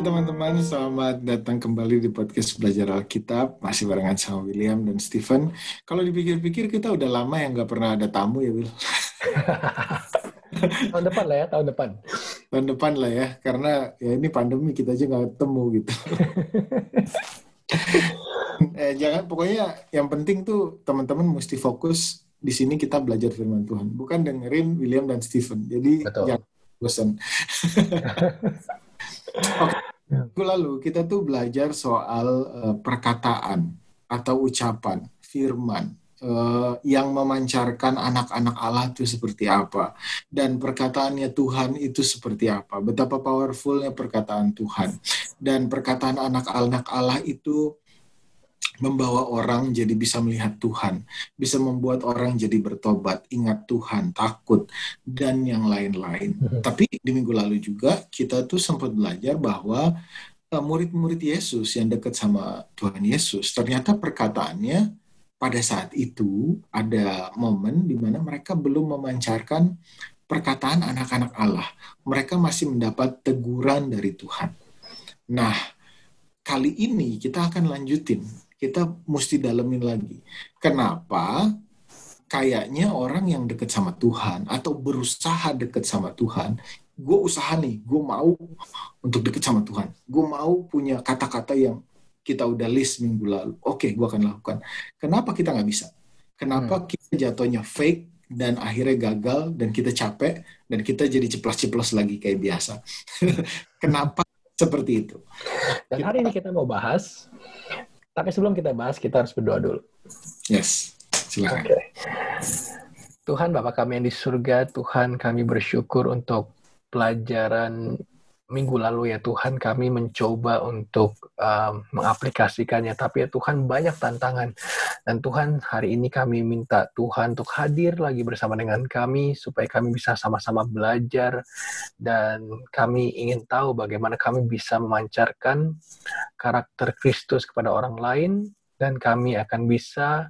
teman-teman, selamat datang kembali di podcast Belajar Alkitab. Masih barengan sama William dan Stephen. Kalau dipikir-pikir kita udah lama yang nggak pernah ada tamu ya, Will. Tahun depan lah ya, tahun depan. Tahun depan lah ya, karena ya ini pandemi kita aja nggak ketemu gitu. Jangan, pokoknya yang penting tuh teman-teman mesti fokus di sini kita belajar firman Tuhan, bukan dengerin William dan Stephen. Jadi Betul. jangan bosan. Oke, minggu lalu kita tuh belajar soal perkataan atau ucapan firman yang memancarkan anak-anak Allah itu seperti apa, dan perkataannya Tuhan itu seperti apa, betapa powerfulnya perkataan Tuhan, dan perkataan anak-anak Allah itu membawa orang jadi bisa melihat Tuhan, bisa membuat orang jadi bertobat, ingat Tuhan, takut, dan yang lain-lain. Tapi di minggu lalu juga kita tuh sempat belajar bahwa murid-murid Yesus yang dekat sama Tuhan Yesus, ternyata perkataannya pada saat itu ada momen di mana mereka belum memancarkan perkataan anak-anak Allah. Mereka masih mendapat teguran dari Tuhan. Nah, kali ini kita akan lanjutin. Kita mesti dalemin lagi. Kenapa kayaknya orang yang dekat sama Tuhan atau berusaha dekat sama Tuhan, gue usaha nih, gue mau untuk dekat sama Tuhan. Gue mau punya kata-kata yang kita udah list minggu lalu. Oke, gue akan lakukan. Kenapa kita nggak bisa? Kenapa kita jatuhnya fake dan akhirnya gagal dan kita capek dan kita jadi ceplos-ceplos lagi kayak biasa? Kenapa seperti itu? Dan hari ini kita mau bahas, tapi sebelum kita bahas, kita harus berdoa dulu. Yes, silakan. Okay. Tuhan Bapa kami yang di surga, Tuhan kami bersyukur untuk pelajaran minggu lalu ya Tuhan, kami mencoba untuk mengaplikasikannya, tapi ya Tuhan banyak tantangan. Dan Tuhan hari ini kami minta Tuhan untuk hadir lagi bersama dengan kami, supaya kami bisa sama-sama belajar, dan kami ingin tahu bagaimana kami bisa memancarkan karakter Kristus kepada orang lain, dan kami akan bisa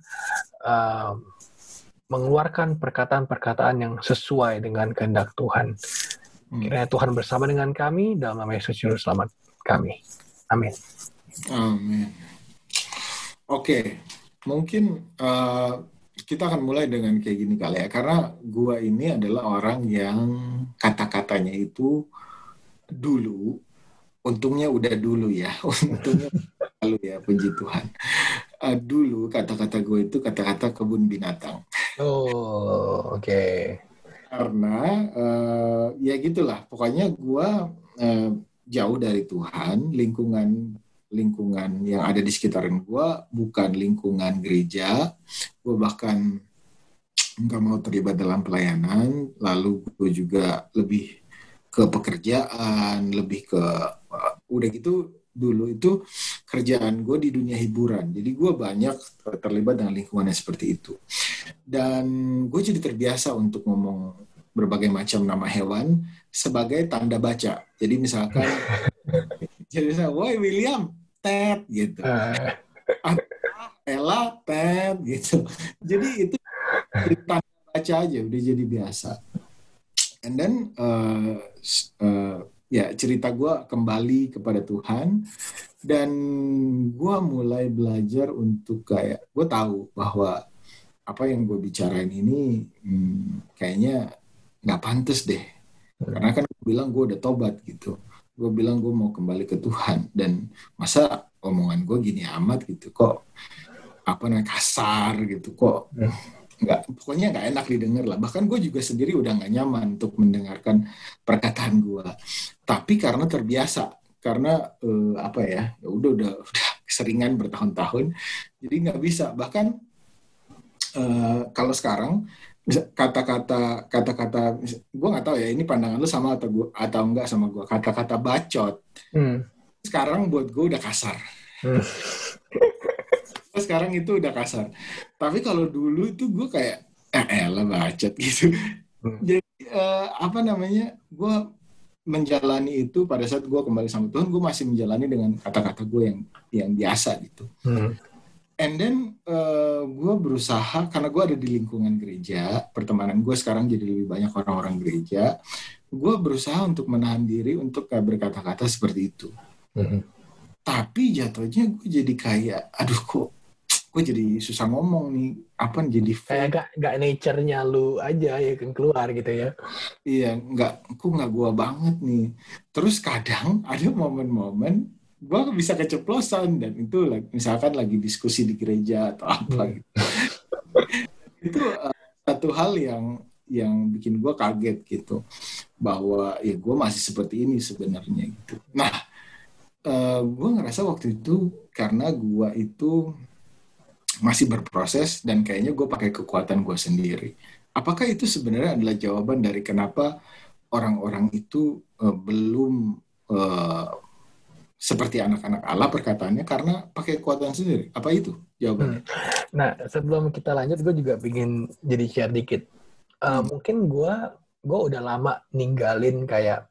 mengeluarkan perkataan-perkataan yang sesuai dengan kehendak Tuhan. Kiranya Tuhan bersama dengan kami dalam nama Yesus Juru Selamat kami. Amin. Amin. Oke, mungkin kita akan mulai dengan kayak gini kali ya, karena gua ini adalah orang yang kata-katanya itu dulu, untungnya udah dulu ya, untungnya lalu ya, puji Tuhan. Dulu kata-kata gue itu kata-kata kebun binatang. Oh, oke. Karena ya gitulah, pokoknya gue jauh dari Tuhan, lingkungan yang ada di sekitaran gue bukan lingkungan gereja, gue bahkan nggak mau terlibat dalam pelayanan, lalu gue juga lebih ke pekerjaan, lebih ke udah gitu. Dulu itu kerjaan gue di dunia hiburan, jadi gue banyak terlibat dengan lingkungan yang seperti itu, dan gue jadi terbiasa untuk ngomong berbagai macam nama hewan sebagai tanda baca. Jadi misalkan jadi woi William Ted gitu, Ella Ted gitu, jadi itu tanda baca aja, udah jadi biasa. And then ya cerita gue kembali kepada Tuhan, dan gue mulai belajar untuk kayak, gue tahu bahwa apa yang gue bicarain ini kayaknya nggak pantas deh, karena kan gue bilang gue udah tobat gitu, gue bilang gue mau kembali ke Tuhan, dan masa omongan gue gini amat gitu, kok kasar gitu, kok pokoknya nggak enak didengar lah. Bahkan gue juga sendiri udah nggak nyaman untuk mendengarkan perkataan gue. Tapi karena terbiasa, karena ya udah keseringan bertahun-tahun, jadi nggak bisa. Bahkan kalau sekarang kata-kata gue nggak tahu ya, ini pandangan lu sama atau enggak sama gue, kata-kata bacot sekarang buat gue udah kasar. Sekarang itu udah kasar. Tapi kalau dulu itu gue kayak elah bacot gitu. Jadi gue menjalani itu pada saat gue kembali sama Tuhan, gue masih menjalani dengan kata-kata gue yang biasa gitu. And then gue berusaha, karena gue ada di lingkungan gereja, pertemanan gue sekarang jadi lebih banyak orang-orang gereja, gue berusaha untuk menahan diri untuk berkata-kata seperti itu. Mm-mm. Tapi jatuhnya gue jadi kayak, aduh kok gue jadi susah ngomong nih, apa jadi fake. Kayak gak nature-nya lu aja ya kan keluar gitu ya. Iya, nggak gua banget nih. Terus kadang ada momen-momen gua bisa keceplosan dan itu misalkan lagi diskusi di gereja atau apa Hmm. gitu. Itu satu hal yang bikin gua kaget gitu bahwa ya gua masih seperti ini sebenarnya gitu. Nah, gua ngerasa waktu itu karena gua itu masih berproses dan kayaknya gue pakai kekuatan gue sendiri. Apakah itu sebenarnya adalah jawaban dari kenapa orang-orang itu belum eh, seperti anak-anak Allah perkataannya karena pakai kekuatan sendiri? Apa itu Hmm. jawabannya? Nah, sebelum kita lanjut, gue juga ingin jadi share dikit. Hmm. Mungkin gue udah lama ninggalin kayak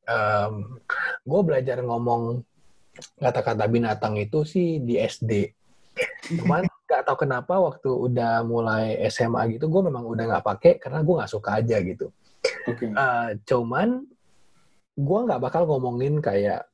gue belajar ngomong kata-kata binatang itu sih di SD. Cuman gak tahu kenapa waktu udah mulai SMA gitu, gue memang udah nggak pakai karena gue nggak suka aja gitu. Oke. Cuman gue nggak bakal ngomongin kayak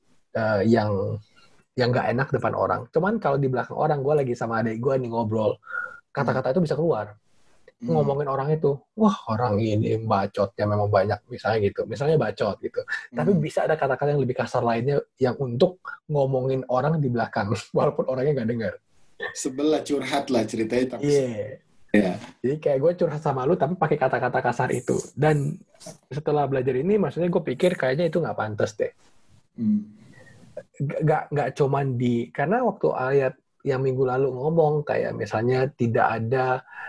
yang nggak enak depan orang. Cuman kalau di belakang orang, gue lagi sama adik gue nih ngobrol, Hmm. kata-kata itu bisa keluar. Hmm. Ngomongin orang itu, wah orang ini bacotnya memang banyak, misalnya bacot gitu. Tapi Hmm. bisa ada kata-kata yang lebih kasar lainnya yang untuk ngomongin orang di belakang, walaupun orangnya nggak dengar. Sebelah curhat lah ceritanya tapi Iya. ya. Jadi kayak gue curhat sama lu tapi pakai kata-kata kasar itu. Dan setelah belajar ini, maksudnya gue pikir kayaknya itu nggak pantas deh. Hmm. Nggak cuman karena waktu ayat yang minggu lalu ngomong kayak misalnya tidak ada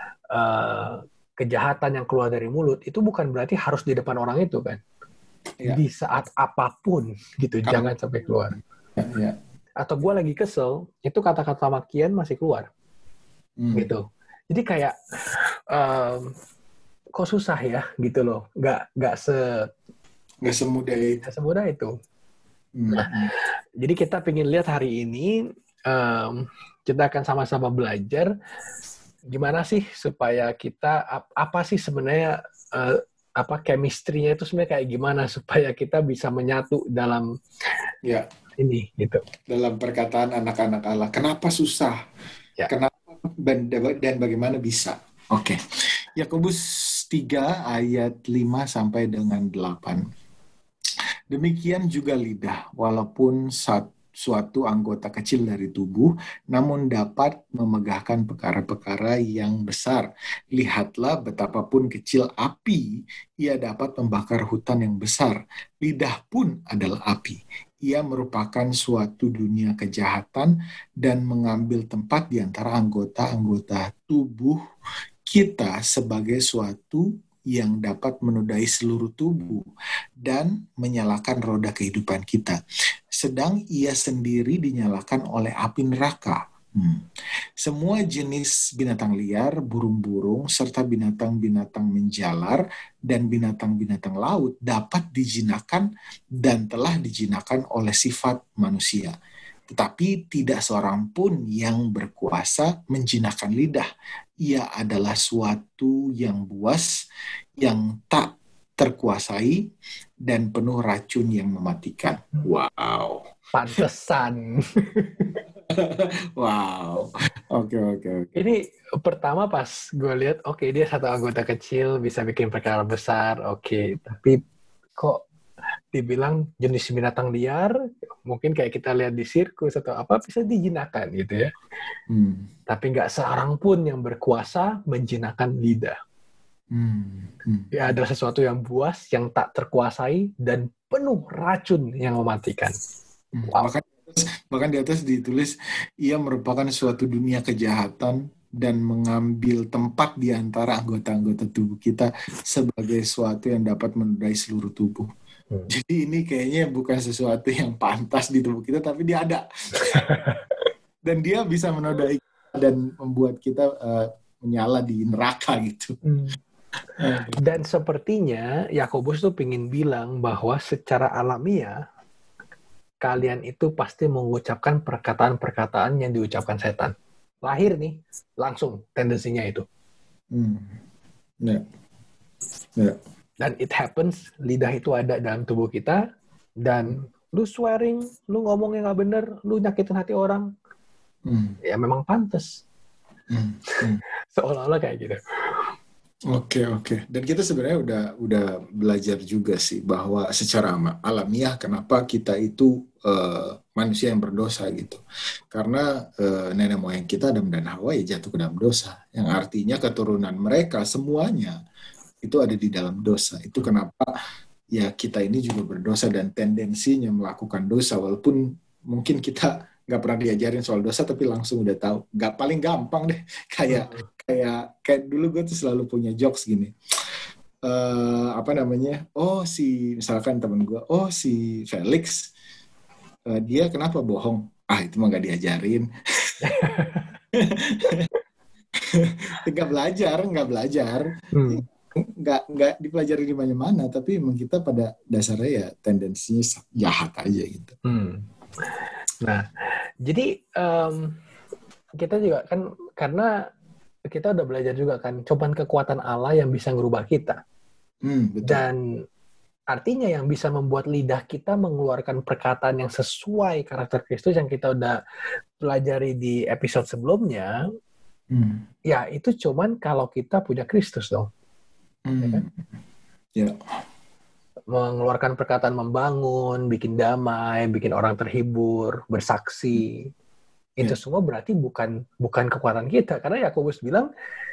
kejahatan yang keluar dari mulut, itu bukan berarti harus di depan orang itu kan. Ya. Di saat apapun gitu, Kapan? jangan sampai keluar. Ya, ya. Atau gue lagi kesel, itu kata-kata makian masih keluar Hmm. gitu. Jadi kayak kok susah ya gitu loh. Nggak Nggak semudah itu. semudah itu. Hmm. Nah, jadi kita pengen lihat hari ini, kita akan sama-sama belajar gimana sih supaya kita, apa sih sebenarnya, chemistry-nya itu sebenarnya kayak gimana supaya kita bisa menyatu dalam Ya, ini gitu. dalam perkataan anak-anak Allah. Kenapa susah? Ya. Kenapa dan bagaimana bisa? Oke. Yakobus 3 ayat 5 sampai dengan 8. Demikian juga lidah, walaupun suatu anggota kecil dari tubuh, namun dapat memegahkan perkara-perkara yang besar. Lihatlah betapapun kecil api, ia dapat membakar hutan yang besar. Lidah pun adalah api. Ia merupakan suatu dunia kejahatan dan mengambil tempat di antara anggota-anggota tubuh kita sebagai suatu yang dapat menodai seluruh tubuh dan menyalakan roda kehidupan kita. Sedang ia sendiri dinyalakan oleh api neraka. Semua jenis binatang liar, burung-burung, serta binatang-binatang menjalar dan binatang-binatang laut dapat dijinakan dan telah dijinakan oleh sifat manusia. Tetapi tidak seorang pun yang berkuasa menjinakkan lidah. Ia adalah suatu yang buas, yang tak terkuasai, dan penuh racun yang mematikan. Wow. Pantesan. Wow. Oke, oke, oke. Ini pertama pas gue lihat, oke, dia satu anggota kecil bisa bikin perkara besar, oke. Tapi kok dibilang jenis binatang liar, mungkin kayak kita lihat di sirkus atau apa, bisa dijinakan gitu ya. Tapi nggak seorang pun yang berkuasa menjinakkan lidah. Ya, adalah sesuatu yang buas, yang tak terkuasai, dan penuh racun yang mematikan. Wow. Bahkan di atas ditulis, ia merupakan suatu dunia kejahatan dan mengambil tempat di antara anggota-anggota tubuh kita sebagai suatu yang dapat menodai seluruh tubuh. Jadi ini kayaknya bukan sesuatu yang pantas di tubuh kita, tapi dia ada. Dan dia bisa menodai dan membuat kita menyala di neraka gitu. Dan sepertinya Yakobus tuh pengen bilang bahwa secara alamiah kalian itu pasti mengucapkan perkataan-perkataan yang diucapkan setan. Lahir nih, langsung tendensinya itu. Dan it happens, lidah itu ada dalam tubuh kita, dan lu swearing, lu ngomong yang nggak bener, lu nyakitin hati orang, ya memang pantas. Seolah-olah kayak gitu. Oke. Dan kita sebenarnya udah belajar juga sih bahwa secara alamiah kenapa kita itu manusia yang berdosa gitu. Karena nenek moyang kita Adam dan Hawa ya jatuh ke dalam dosa. Yang artinya keturunan mereka semuanya itu ada di dalam dosa. Itu kenapa ya kita ini juga berdosa dan tendensinya melakukan dosa walaupun mungkin kita nggak pernah diajarin soal dosa tapi langsung udah tahu. Nggak paling gampang deh kayak dulu gue tuh selalu punya jokes gini. Misalkan temen gue, si Felix, dia kenapa bohong? Itu mah nggak diajarin. nggak belajar. Nggak dipelajari di mana-mana, tapi emang kita pada dasarnya ya tendensinya jahat aja gitu. Nah, jadi kita juga kan karena kita udah belajar juga kan, cuman kekuatan Allah yang bisa ngerubah kita. Betul. Dan artinya yang bisa membuat lidah kita mengeluarkan perkataan yang sesuai karakter Kristus yang kita udah pelajari di episode sebelumnya, ya itu cuman kalau kita punya Kristus dong. Ya kan? Ya. Mengeluarkan perkataan membangun, bikin damai, bikin orang terhibur, bersaksi. Itu semua berarti bukan kekuatan kita. Karena Yakobus bilang,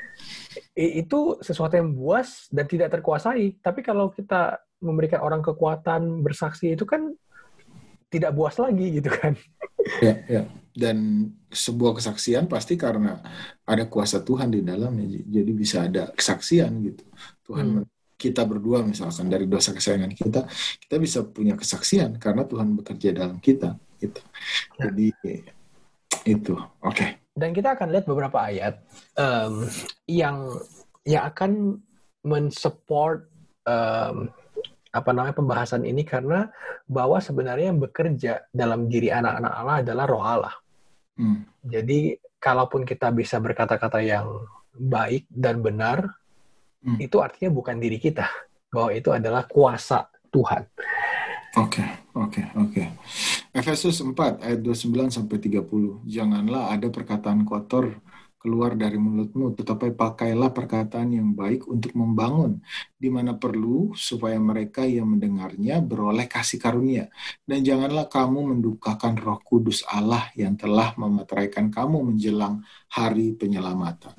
itu sesuatu yang buas dan tidak terkuasai. Tapi kalau kita memberikan orang kekuatan bersaksi itu kan tidak buas lagi gitu kan. Ya. Dan sebuah kesaksian pasti karena ada kuasa Tuhan di dalamnya. Jadi bisa ada kesaksian gitu. Tuhan kita berdua misalkan dari dosa kesayangan kita bisa punya kesaksian karena Tuhan bekerja dalam kita gitu. Jadi itu oke. Dan kita akan lihat beberapa ayat yang akan mensupport pembahasan ini karena bahwa sebenarnya yang bekerja dalam diri anak-anak Allah adalah Roh Allah. Jadi kalaupun kita bisa berkata-kata yang baik dan benar, itu artinya bukan diri kita, bahwa itu adalah kuasa Tuhan. Oke. Efesus 4 ayat 29 sampai 30. Janganlah ada perkataan kotor keluar dari mulutmu, tetapi pakailah perkataan yang baik untuk membangun di mana perlu, supaya mereka yang mendengarnya beroleh kasih karunia. Dan janganlah kamu mendukakan Roh Kudus Allah yang telah memeteraikan kamu menjelang hari penyelamatan.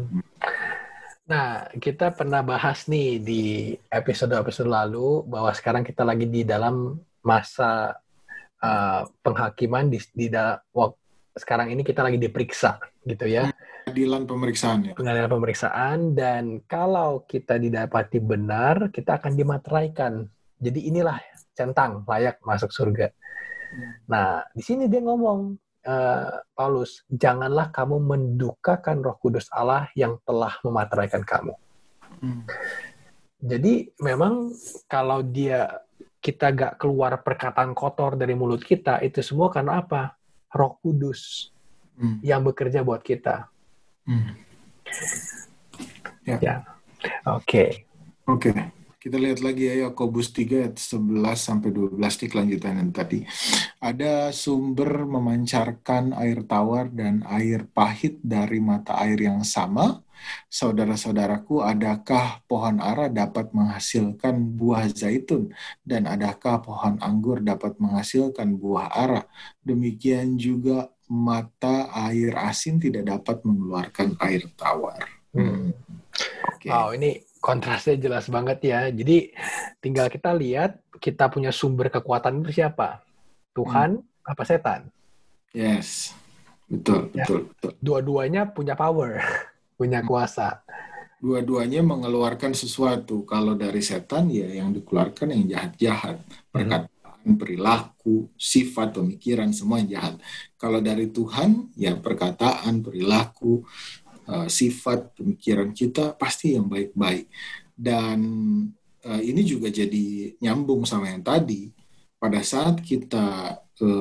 Nah, kita pernah bahas nih di episode-episode lalu bahwa sekarang kita lagi di dalam masa penghakiman sekarang ini kita lagi diperiksa gitu ya. Pengadilan pemeriksaan ya. Pengadilan pemeriksaan, dan kalau kita didapati benar, kita akan dimateraikan. Jadi inilah centang layak masuk surga. Nah, di sini dia ngomong, Paulus, janganlah kamu mendukakan Roh Kudus Allah yang telah memateraikan kamu. Jadi memang kalau kita gak keluar perkataan kotor dari mulut kita, itu semua karena apa? Roh Kudus yang bekerja buat kita. Ya. Oke. Kita lihat lagi ya Yakobus 3 ayat 11 sampai 12 di kelanjutan yang tadi. Ada sumber memancarkan air tawar dan air pahit dari mata air yang sama. Saudara-saudaraku, adakah pohon ara dapat menghasilkan buah zaitun, dan adakah pohon anggur dapat menghasilkan buah ara? Demikian juga mata air asin tidak dapat mengeluarkan air tawar. Wow, ini kontrasnya jelas banget ya. Jadi tinggal kita lihat, kita punya sumber kekuatan itu siapa? Tuhan apa setan? Yes, betul. Dua-duanya punya power, punya kuasa. Dua-duanya mengeluarkan sesuatu. Kalau dari setan ya yang dikeluarkan yang jahat-jahat. Perkataan, perilaku, sifat, pemikiran, semua yang jahat. Kalau dari Tuhan ya perkataan, perilaku, sifat, pemikiran kita pasti yang baik-baik. Dan ini juga jadi nyambung sama yang tadi. Pada saat kita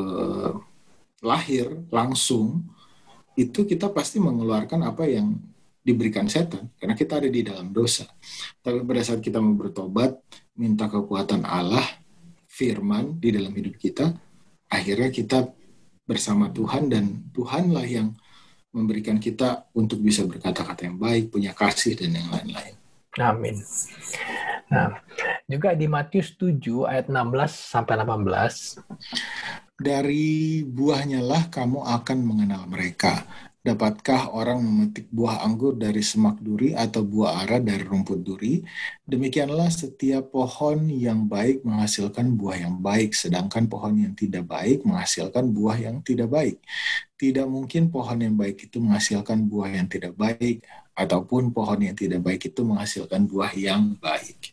lahir langsung, itu kita pasti mengeluarkan apa yang diberikan setan, karena kita ada di dalam dosa. Tapi pada saat kita mau bertobat, minta kekuatan Allah, firman di dalam hidup kita, akhirnya kita bersama Tuhan, dan Tuhanlah yang memberikan kita untuk bisa berkata-kata yang baik, punya kasih, dan yang lain-lain. Amin. Nah, juga di Matius 7 ayat 16 sampai 18. Dari buahnya lah kamu akan mengenal mereka. Dapatkah orang memetik buah anggur dari semak duri atau buah ara dari rumput duri? Demikianlah setiap pohon yang baik menghasilkan buah yang baik, sedangkan pohon yang tidak baik menghasilkan buah yang tidak baik. Tidak mungkin pohon yang baik itu menghasilkan buah yang tidak baik, ataupun pohon yang tidak baik itu menghasilkan buah yang baik.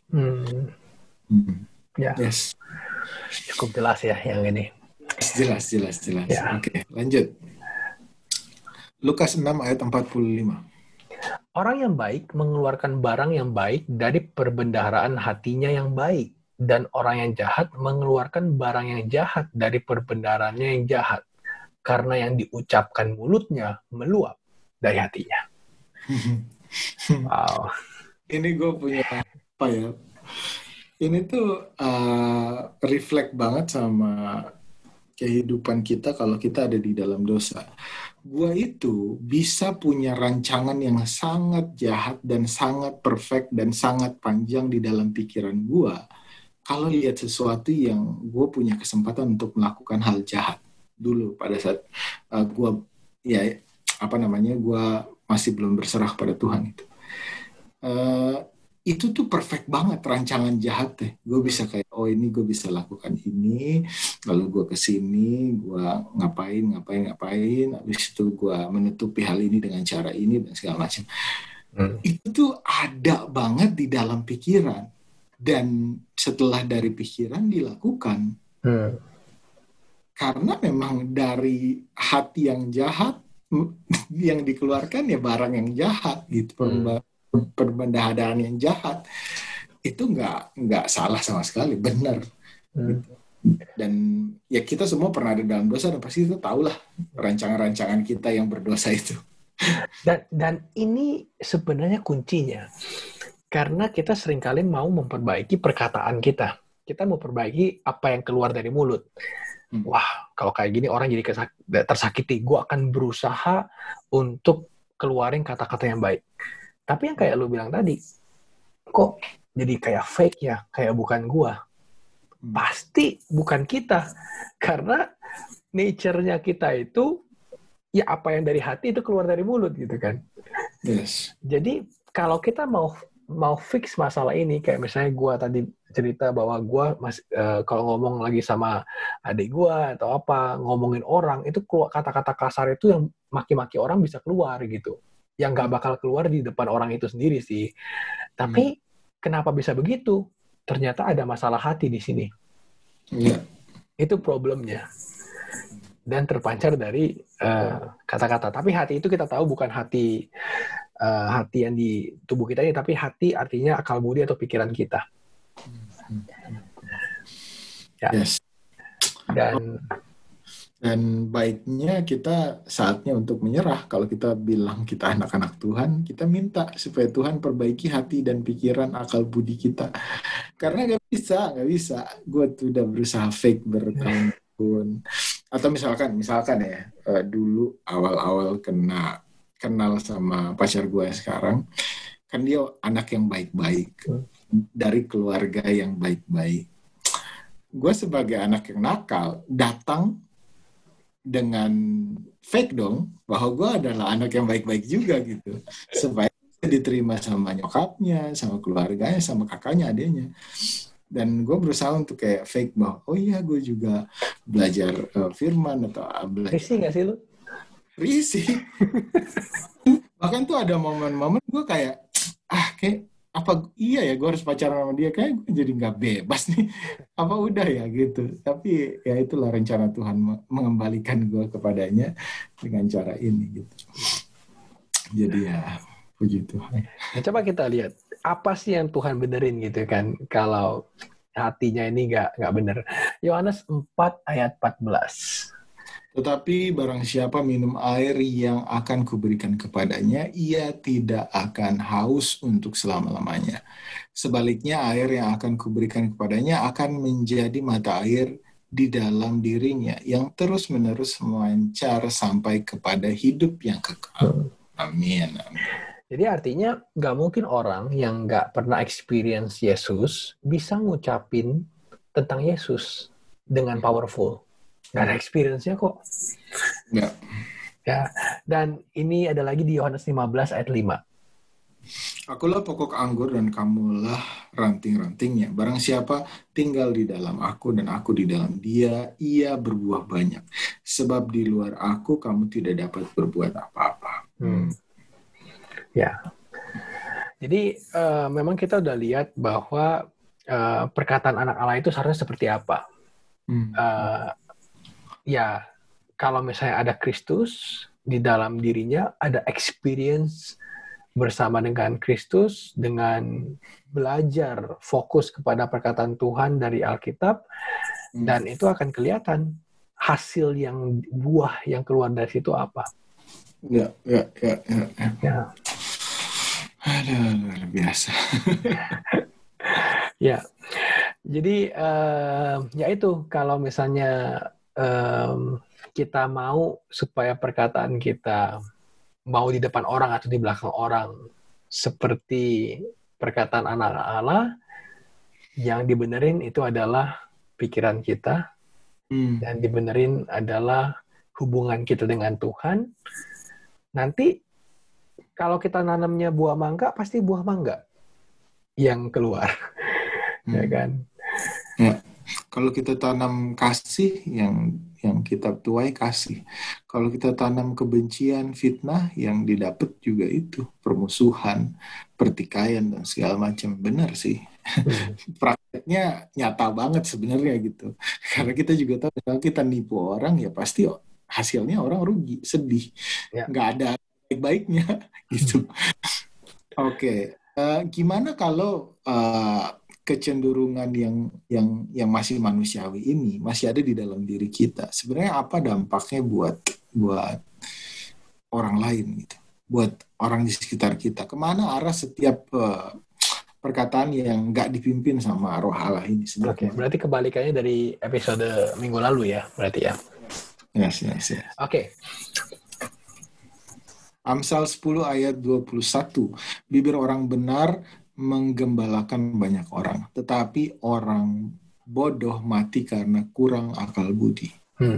Ya, Yes. cukup jelas ya yang ini. Jelas. Ya. Oke, lanjut. Lukas 6 ayat 45. Orang yang baik mengeluarkan barang yang baik dari perbendaharaan hatinya yang baik, dan orang yang jahat mengeluarkan barang yang jahat dari perbendaharaannya yang jahat, karena yang diucapkan mulutnya meluap dari hatinya. Wow. Ini gue punya apa ya? Ini tuh reflect banget sama kehidupan kita kalau kita ada di dalam dosa. Gua itu bisa punya rancangan yang sangat jahat dan sangat perfect dan sangat panjang di dalam pikiran gua kalau lihat sesuatu yang gue punya kesempatan untuk melakukan hal jahat dulu pada saat gue masih belum berserah pada Tuhan itu. Itu tuh perfect banget rancangan jahat deh. Gue bisa kayak, oh ini gue bisa lakukan ini, lalu gue kesini, gue ngapain, habis itu gue menutupi hal ini dengan cara ini dan segala macam. Itu tuh ada banget di dalam pikiran, dan setelah dari pikiran dilakukan. Karena memang dari hati yang jahat yang dikeluarkan ya barang yang jahat gitu. Perbendaharaan yang jahat itu nggak salah sama sekali, benar. Gitu. Dan ya kita semua pernah ada dalam dosa, dan pasti kita tahulah rancangan-rancangan kita yang berdosa itu. Dan ini sebenarnya kuncinya, karena kita seringkali mau memperbaiki perkataan kita. Kita mau perbaiki apa yang keluar dari mulut. Wah, kalau kayak gini orang jadi tersakiti. Gue akan berusaha untuk keluarin kata-kata yang baik. Tapi yang kayak lu bilang tadi, kok jadi kayak fake ya, kayak bukan gua. Pasti bukan kita. Karena nature-nya kita itu, ya apa yang dari hati itu keluar dari mulut gitu kan. Yes. Jadi kalau kita mau fix masalah ini, kayak misalnya gua tadi cerita bahwa gua kalau ngomong lagi sama adik gua atau apa, ngomongin orang, itu kata-kata kasar itu yang maki-maki orang bisa keluar gitu. Yang nggak bakal keluar di depan orang itu sendiri sih. Tapi kenapa bisa begitu? Ternyata ada masalah hati di sini. Itu problemnya. Dan terpancar dari kata-kata. Tapi hati itu kita tahu bukan hati yang di tubuh kita ini, tapi hati artinya akal budi atau pikiran kita. Ya. Yes. Dan baiknya kita saatnya untuk menyerah. Kalau kita bilang kita anak-anak Tuhan, kita minta supaya Tuhan perbaiki hati dan pikiran, akal budi kita. Karena nggak bisa. Gue tuh udah berusaha fake bertahun-tahun. Atau misalkan ya, dulu awal-awal kenal sama pacar gue sekarang, kan dia anak yang baik-baik, dari keluarga yang baik-baik. Gue sebagai anak yang nakal, datang dengan fake dong, bahwa gue adalah anak yang baik-baik juga gitu, supaya diterima sama nyokapnya, sama keluarganya, sama kakaknya, adiknya. Dan gue berusaha untuk kayak fake bahwa oh iya gue juga belajar firman atau belajar. Risih gak sih lu? Risih. Bahkan tuh ada momen-momen gue kayak kayak apa iya ya gue harus pacaran sama dia, kayak gue jadi nggak bebas nih, apa udah ya gitu. Tapi ya itulah rencana Tuhan mengembalikan gue kepadanya dengan cara ini gitu. Jadi ya puji Tuhan. Nah, coba kita lihat apa sih yang Tuhan benerin gitu kan kalau hatinya ini nggak bener. Yohanes 4 ayat 14. Tetapi barang siapa minum air yang akan kuberikan kepadanya, ia tidak akan haus untuk selama-lamanya. Sebaliknya, air yang akan kuberikan kepadanya akan menjadi mata air di dalam dirinya yang terus-menerus memancar sampai kepada hidup yang kekal. Amin. Amin. Jadi artinya nggak mungkin orang yang nggak pernah experience Yesus bisa ngucapin tentang Yesus dengan powerful. Nggak ada experience-nya kok. Ya. Ya. Dan ini ada lagi di Yohanes 15 ayat 5. Akulah pokok anggur dan kamulah ranting-rantingnya. Barang siapa tinggal di dalam aku dan aku di dalam dia, ia berbuah banyak. Sebab di luar aku kamu tidak dapat berbuat apa-apa. Ya. Jadi memang kita udah lihat bahwa perkataan anak Allah itu seharusnya seperti apa. Ya, kalau misalnya ada Kristus di dalam dirinya, ada experience bersama dengan Kristus, dengan belajar fokus kepada perkataan Tuhan dari Alkitab, dan itu akan kelihatan hasil yang buah yang keluar dari situ apa. Ya. Aduh, luar biasa. Ya, jadi ya itu kalau misalnya kita mau supaya perkataan kita mau di depan orang atau di belakang orang seperti perkataan anak Allah, yang dibenerin itu adalah pikiran kita, dan dibenerin adalah hubungan kita dengan Tuhan. Nanti kalau kita nanamnya buah mangga, pasti buah mangga yang keluar. Ya kan? Ya. Kalau kita tanam kasih, yang kita tuai kasih. Kalau kita tanam kebencian, fitnah, yang didapat juga itu permusuhan, pertikaian dan segala macam. Benar sih. Prakteknya nyata banget sebenarnya gitu. Karena kita juga tahu kalau kita nipu orang ya pasti hasilnya orang rugi, sedih, nggak ada baik-baiknya gitu. Oke. Gimana kalau kecenderungan yang masih manusiawi ini masih ada di dalam diri kita? Sebenarnya apa dampaknya buat orang lain gitu, buat orang di sekitar kita? Kemana arah setiap perkataan yang nggak dipimpin sama Roh Allah ini? Oke, berarti kebalikannya dari episode minggu lalu ya, berarti ya. Yes. Oke. Amsal 10 ayat 21. Bibir orang benar menggembalakan banyak orang, tetapi orang bodoh mati karena kurang akal budi.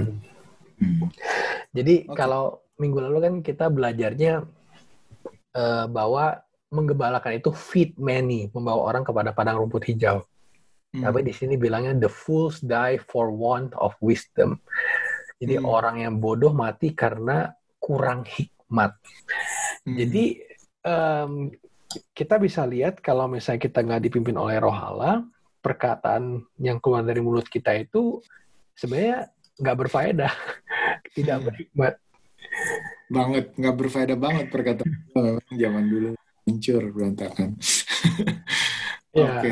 Jadi kalau minggu lalu kan kita belajarnya bahwa menggembalakan itu feed many, membawa orang kepada padang rumput hijau. Tapi di sini bilangnya the fools die for want of wisdom. Jadi orang yang bodoh mati karena kurang hikmat. Jadi kita bisa lihat kalau misalnya kita nggak dipimpin oleh Roh Allah, perkataan yang keluar dari mulut kita itu sebenarnya nggak berfaedah, tidak berhikmat. Banget, nggak berfaedah banget perkataan zaman dulu, hancur, berantakan. Oke.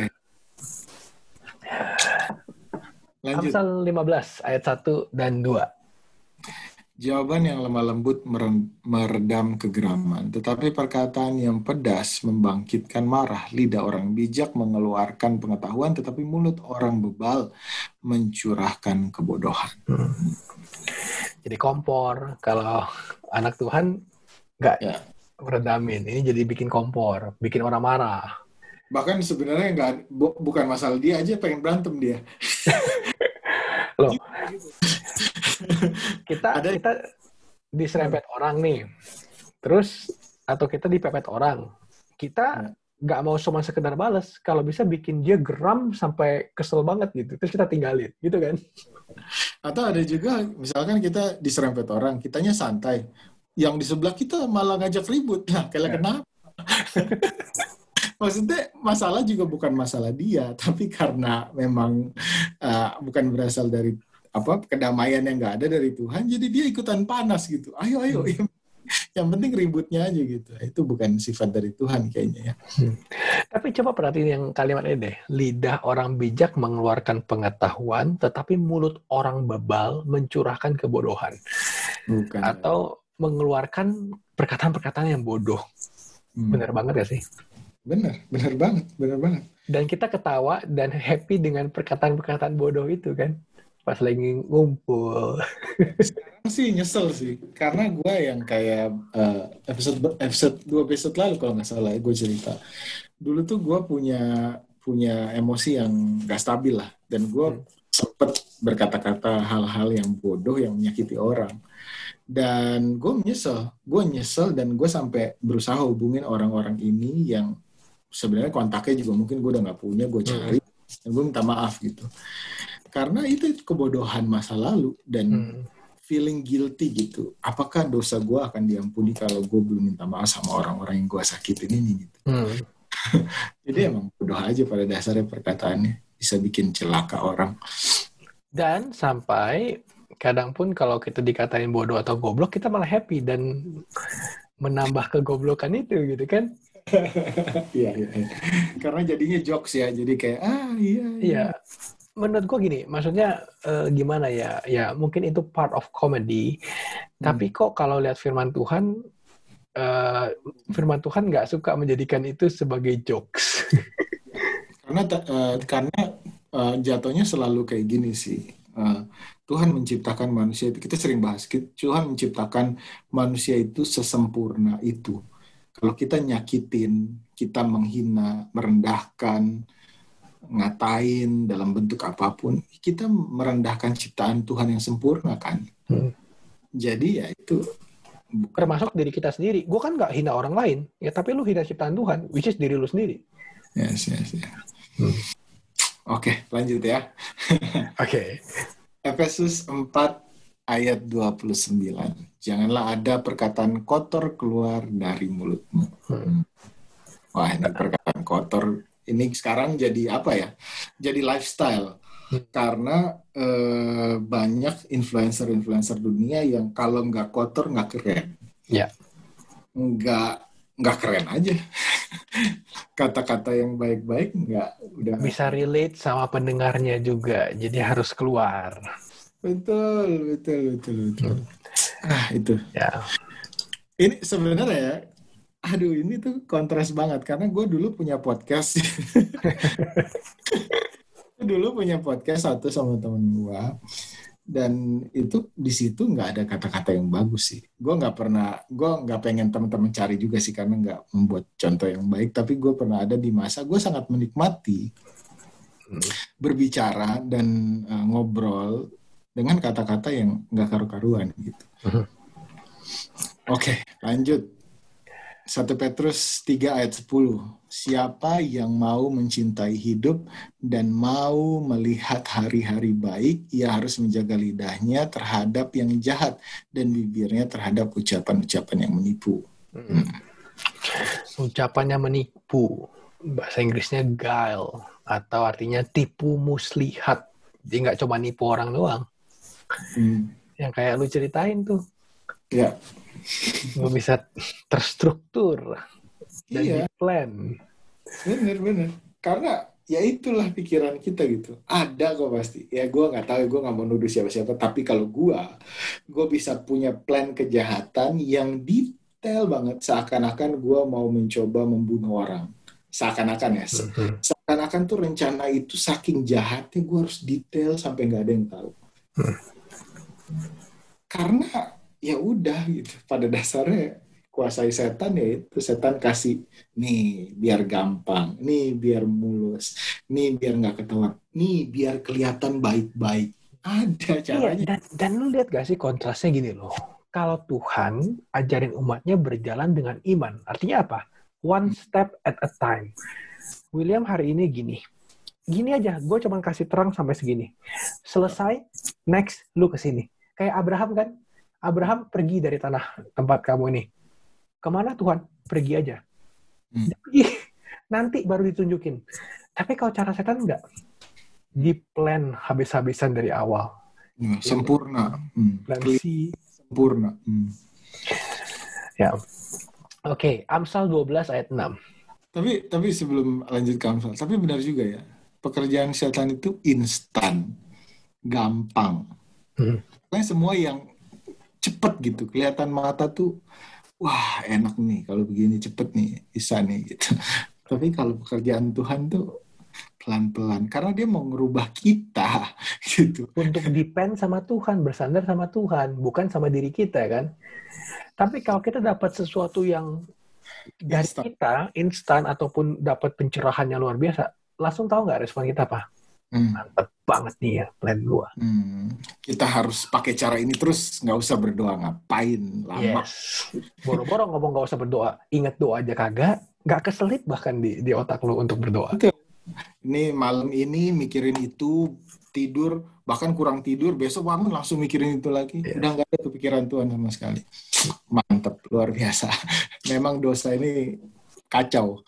Lanjut. Amsal 15 ayat 1 dan 2. Jawaban yang lemah lembut meredam kegeraman, tetapi perkataan yang pedas membangkitkan marah. Lidah orang bijak mengeluarkan pengetahuan, tetapi mulut orang bebal mencurahkan kebodohan. Jadi kompor, kalau anak Tuhan nggak meredamin, ini jadi bikin kompor, bikin orang marah. Bahkan sebenarnya bukan masalah dia aja pengen berantem dia. Loh, kita diserempet orang nih, terus atau kita dipepet orang, kita nggak mau cuma sekedar balas, kalau bisa bikin dia geram sampai kesel banget gitu, terus kita tinggalin, gitu kan? Atau ada juga, misalkan kita diserempet orang, kitanya santai, yang di sebelah kita malah ngajak ribut, nah kenapa? Maksudnya masalah juga bukan masalah dia, tapi karena memang bukan berasal dari kedamaian yang nggak ada dari Tuhan, jadi dia ikutan panas gitu. Ayo, yang penting ributnya aja gitu. Itu bukan sifat dari Tuhan kayaknya ya. Tapi coba perhatiin yang kalimat ini deh. Lidah orang bijak mengeluarkan pengetahuan, tetapi mulut orang bebal mencurahkan kebodohan. Bukan. Atau mengeluarkan perkataan-perkataan yang bodoh. Bener banget gak sih? Bener banget. Dan kita ketawa dan happy dengan perkataan-perkataan bodoh itu kan. Pas lagi ngumpul. Sekarang sih nyesel sih, karena gue yang kayak episode 2 episode lalu kalau nggak salah gue cerita. Dulu tuh gue punya emosi yang gak stabil lah, dan gue sempet berkata-kata hal-hal yang bodoh yang menyakiti orang. Dan gue nyesel dan gue sampai berusaha hubungin orang-orang ini yang sebenarnya kontaknya juga mungkin gue udah nggak punya, gue cari dan gue minta maaf gitu. Karena itu kebodohan masa lalu dan feeling guilty gitu. Apakah dosa gue akan diampuni kalau gue belum minta maaf sama orang-orang yang gue sakitin ini gitu. Jadi emang bodoh aja pada dasarnya perkataannya. Bisa bikin celaka orang. Dan sampai kadang pun kalau kita dikatain bodoh atau goblok, kita malah happy dan menambah kegoblokan itu gitu kan. Iya. Karena jadinya jokes ya. Jadi kayak iya. Menurut gue gini, maksudnya gimana ya? Ya mungkin itu part of comedy. Tapi kok kalau lihat firman Tuhan nggak suka menjadikan itu sebagai jokes. Karena jatuhnya selalu kayak gini sih. Tuhan menciptakan manusia itu, kita sering bahas, Tuhan menciptakan manusia itu sesempurna itu. Kalau kita nyakitin, kita menghina, merendahkan, ngatain dalam bentuk apapun, kita merendahkan ciptaan Tuhan yang sempurna kan. Jadi ya itu termasuk diri kita sendiri. Gue kan nggak hina orang lain, ya tapi lu hina ciptaan Tuhan, which is diri lu sendiri. Yes. Oke, lanjut ya. Oke. Efesus 4 ayat 29. Janganlah ada perkataan kotor keluar dari mulutmu. Wah, ini perkataan kotor. Ini sekarang jadi apa ya? Jadi lifestyle. Karena banyak influencer dunia yang kalau nggak kotor nggak keren. Ya. Nggak keren aja. Kata-kata yang baik-baik nggak udah. Bisa relate sama pendengarnya juga, jadi harus keluar. Betul. Itu. Ya. Ini sebenarnya ini tuh kontras banget karena gue dulu punya podcast. Satu sama temen gue, dan itu di situ nggak ada kata-kata yang bagus sih. Gue nggak pengen teman-teman cari juga sih karena nggak membuat contoh yang baik. Tapi gue pernah ada di masa gue sangat menikmati berbicara dan ngobrol dengan kata-kata yang nggak karu-karuan gitu. Oke, lanjut. 1 Petrus 3 ayat 10. Siapa yang mau mencintai hidup dan mau melihat hari-hari baik, ia harus menjaga lidahnya terhadap yang jahat dan bibirnya terhadap ucapan-ucapan yang menipu. Ucapannya menipu. Bahasa Inggrisnya guile, atau artinya tipu muslihat. Jadi nggak cuma nipu orang doang. Yang kayak lu ceritain tuh. Ya. Nggak bisa terstruktur dan di-plan. Bener. Karena ya itulah pikiran kita gitu. Ada kok pasti. Ya gue nggak tahu, gue nggak mau nuduh siapa-siapa. Tapi kalau gue bisa punya plan kejahatan yang detail banget. Seakan-akan gue mau mencoba membunuh orang. Seakan-akan ya. Seakan-akan tuh rencana itu saking jahatnya gue harus detail sampai nggak ada yang tahu. Karena ya udah gitu, pada dasarnya kuasai setan ya itu, setan kasih nih biar gampang, nih biar mulus, nih biar nggak ketahuan, nih biar kelihatan baik-baik. Ada caranya. Dan lu lihat gak sih kontrasnya gini loh, kalau Tuhan ajarin umatnya berjalan dengan iman, artinya apa? One step at a time. William hari ini gini aja, gue cuma kasih terang sampai segini, selesai, next lu kesini. Kayak Abraham kan, Abraham pergi dari tanah tempat kamu ini. Kemana Tuhan? Pergi aja. Nanti baru ditunjukin. Tapi kalau cara setan enggak. Di-plan habis-habisan dari awal. Sempurna. Sempurna. Ya. Oke, Amsal 12 ayat 6. Tapi sebelum lanjut ke Amsal, tapi benar juga ya, pekerjaan setan itu instan, gampang. Hmm. Pokoknya semua yang cepet gitu, kelihatan mata tuh, wah enak nih kalau begini cepet nih, bisa nih gitu. Tapi kalau pekerjaan Tuhan tuh pelan-pelan, karena dia mau ngerubah kita gitu. Untuk depend sama Tuhan, bersandar sama Tuhan, bukan sama diri kita kan. Tapi kalau kita dapat sesuatu yang dari Instan. kita, instan, ataupun dapat pencerahan yang luar biasa, langsung tahu nggak respon kita apa? Hmm. Mantep banget nih ya plan gua. Kita harus pakai cara ini terus, nggak usah berdoa, ngapain lama. Yes. Boro-boro ngomong nggak usah berdoa, ingat doa aja kagak, nggak keselip bahkan di otak lu untuk berdoa. Betul. Ini malam ini mikirin itu, tidur, bahkan kurang tidur, besok bangun langsung mikirin itu lagi. Yes. Udah nggak ada kepikiran Tuhan sama sekali. Mantep, luar biasa. Memang dosa ini kacau.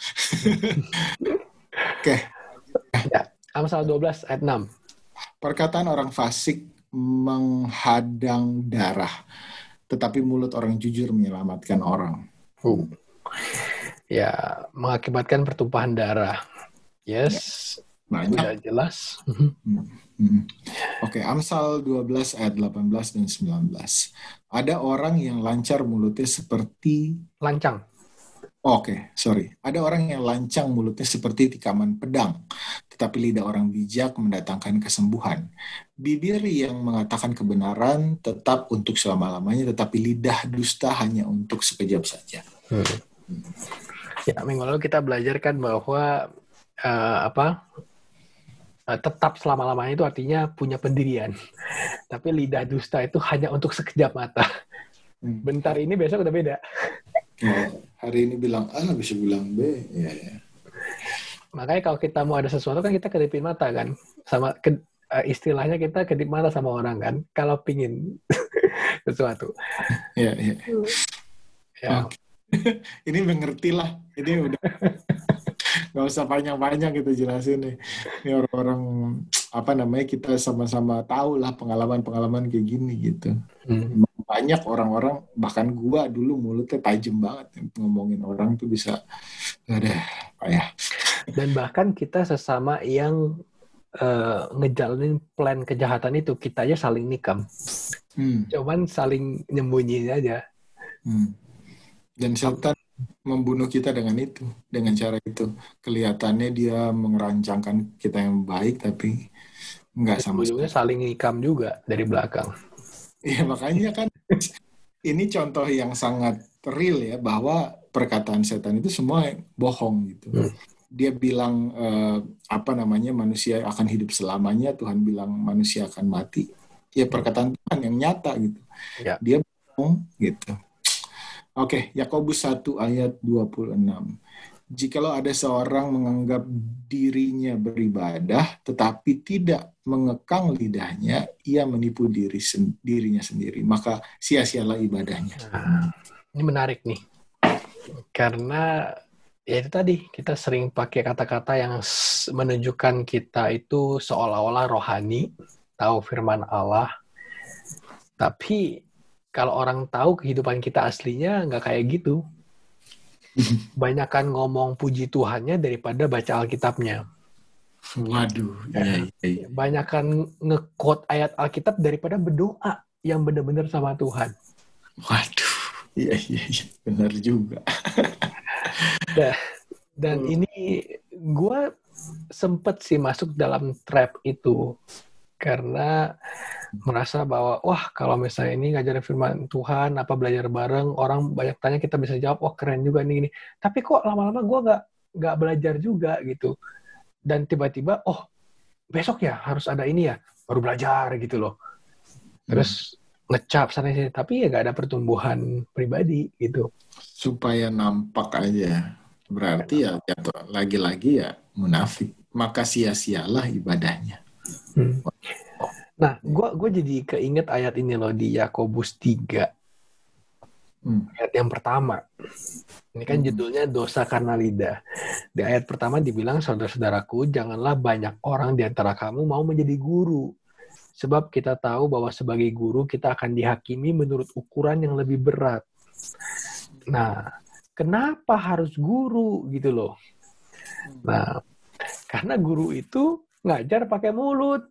Oke. Ya, Amsal 12 ayat 6. Perkataan orang fasik menghadang darah, tetapi mulut orang jujur menyelamatkan orang. Ya, mengakibatkan pertumpahan darah. Yes, banyak. Sudah jelas. Oke, Amsal 12 ayat 18 dan 19. Ada orang yang lancar mulutnya seperti... Lancang. Oke, sorry. Ada orang yang lancang mulutnya seperti tikaman pedang, tetapi lidah orang bijak mendatangkan kesembuhan. Bibir yang mengatakan kebenaran tetap untuk selama-lamanya, tetapi lidah dusta hanya untuk sekejap saja. Ya, minggu lalu kita belajarkan bahwa tetap selama-lamanya itu artinya punya pendirian. Tapi lidah dusta itu hanya untuk sekejap mata. Bentar ini, besok udah beda. Hari ini bilang A, besok bilang B. Ya. Makanya kalau kita mau ada sesuatu kan kita kedipin mata kan. Sama istilahnya kita kedip mata sama orang kan. Kalau pingin sesuatu. Ya. Ya. Okay. Ini mengerti lah. Ini udah nggak usah panjang-panjang kita jelasin nih. Ini orang-orang kita sama-sama tahu lah pengalaman-pengalaman kayak gini gitu. Banyak orang-orang, bahkan gua dulu mulutnya tajam banget, ngomongin orang tuh bisa payah. Dan bahkan kita sesama yang ngejalanin plan kejahatan itu, kita aja saling nikam. Cuman saling nyembunyiin aja. Dan setan membunuh kita dengan itu, dengan cara itu. Kelihatannya dia merancangkan kita yang baik, tapi nggak sama sekali. Saling nikam juga dari belakang. Iya, makanya kan ini contoh yang sangat real ya, bahwa perkataan setan itu semua bohong gitu. Dia bilang manusia akan hidup selamanya, Tuhan bilang manusia akan mati. Ya perkataan Tuhan yang nyata gitu. Ya. Dia bohong gitu. Oke, Yakobus 1 ayat 26. Jikalau ada seorang menganggap dirinya beribadah, tetapi tidak mengekang lidahnya, ia menipu dirinya sendiri. Maka sia-sialah ibadahnya. Ini menarik nih. Karena ya itu tadi, kita sering pakai kata-kata yang menunjukkan kita itu seolah-olah rohani, tahu firman Allah. Tapi kalau orang tahu kehidupan kita aslinya nggak kayak gitu. Banyakan ngomong puji Tuhannya daripada baca Alkitabnya. Waduh. Ya. Banyakan nge-quote ayat Alkitab daripada berdoa yang benar-benar sama Tuhan. Waduh. Iya. Benar juga. Dan ini gue sempet sih masuk dalam trap itu. Karena merasa bahwa, wah kalau misalnya ini ngajarin firman Tuhan, belajar bareng, orang banyak tanya, kita bisa jawab, wah keren juga nih. Tapi kok lama-lama gue nggak belajar juga gitu. Dan tiba-tiba, besok ya harus ada ini ya, baru belajar gitu loh. Terus ngecap sana sini, tapi ya nggak ada pertumbuhan pribadi gitu. Supaya nampak aja. Berarti ya jatuh lagi-lagi ya munafik. Maka sia-sialah ibadahnya. Nah, gue jadi keinget ayat ini loh di Yakobus 3. Ayat yang pertama. Ini kan judulnya dosa karena lidah. Di ayat pertama dibilang, saudara-saudaraku, janganlah banyak orang di antara kamu mau menjadi guru. Sebab kita tahu bahwa sebagai guru kita akan dihakimi menurut ukuran yang lebih berat. Nah, kenapa harus guru gitu loh? Nah, karena guru itu ngajar pakai mulut.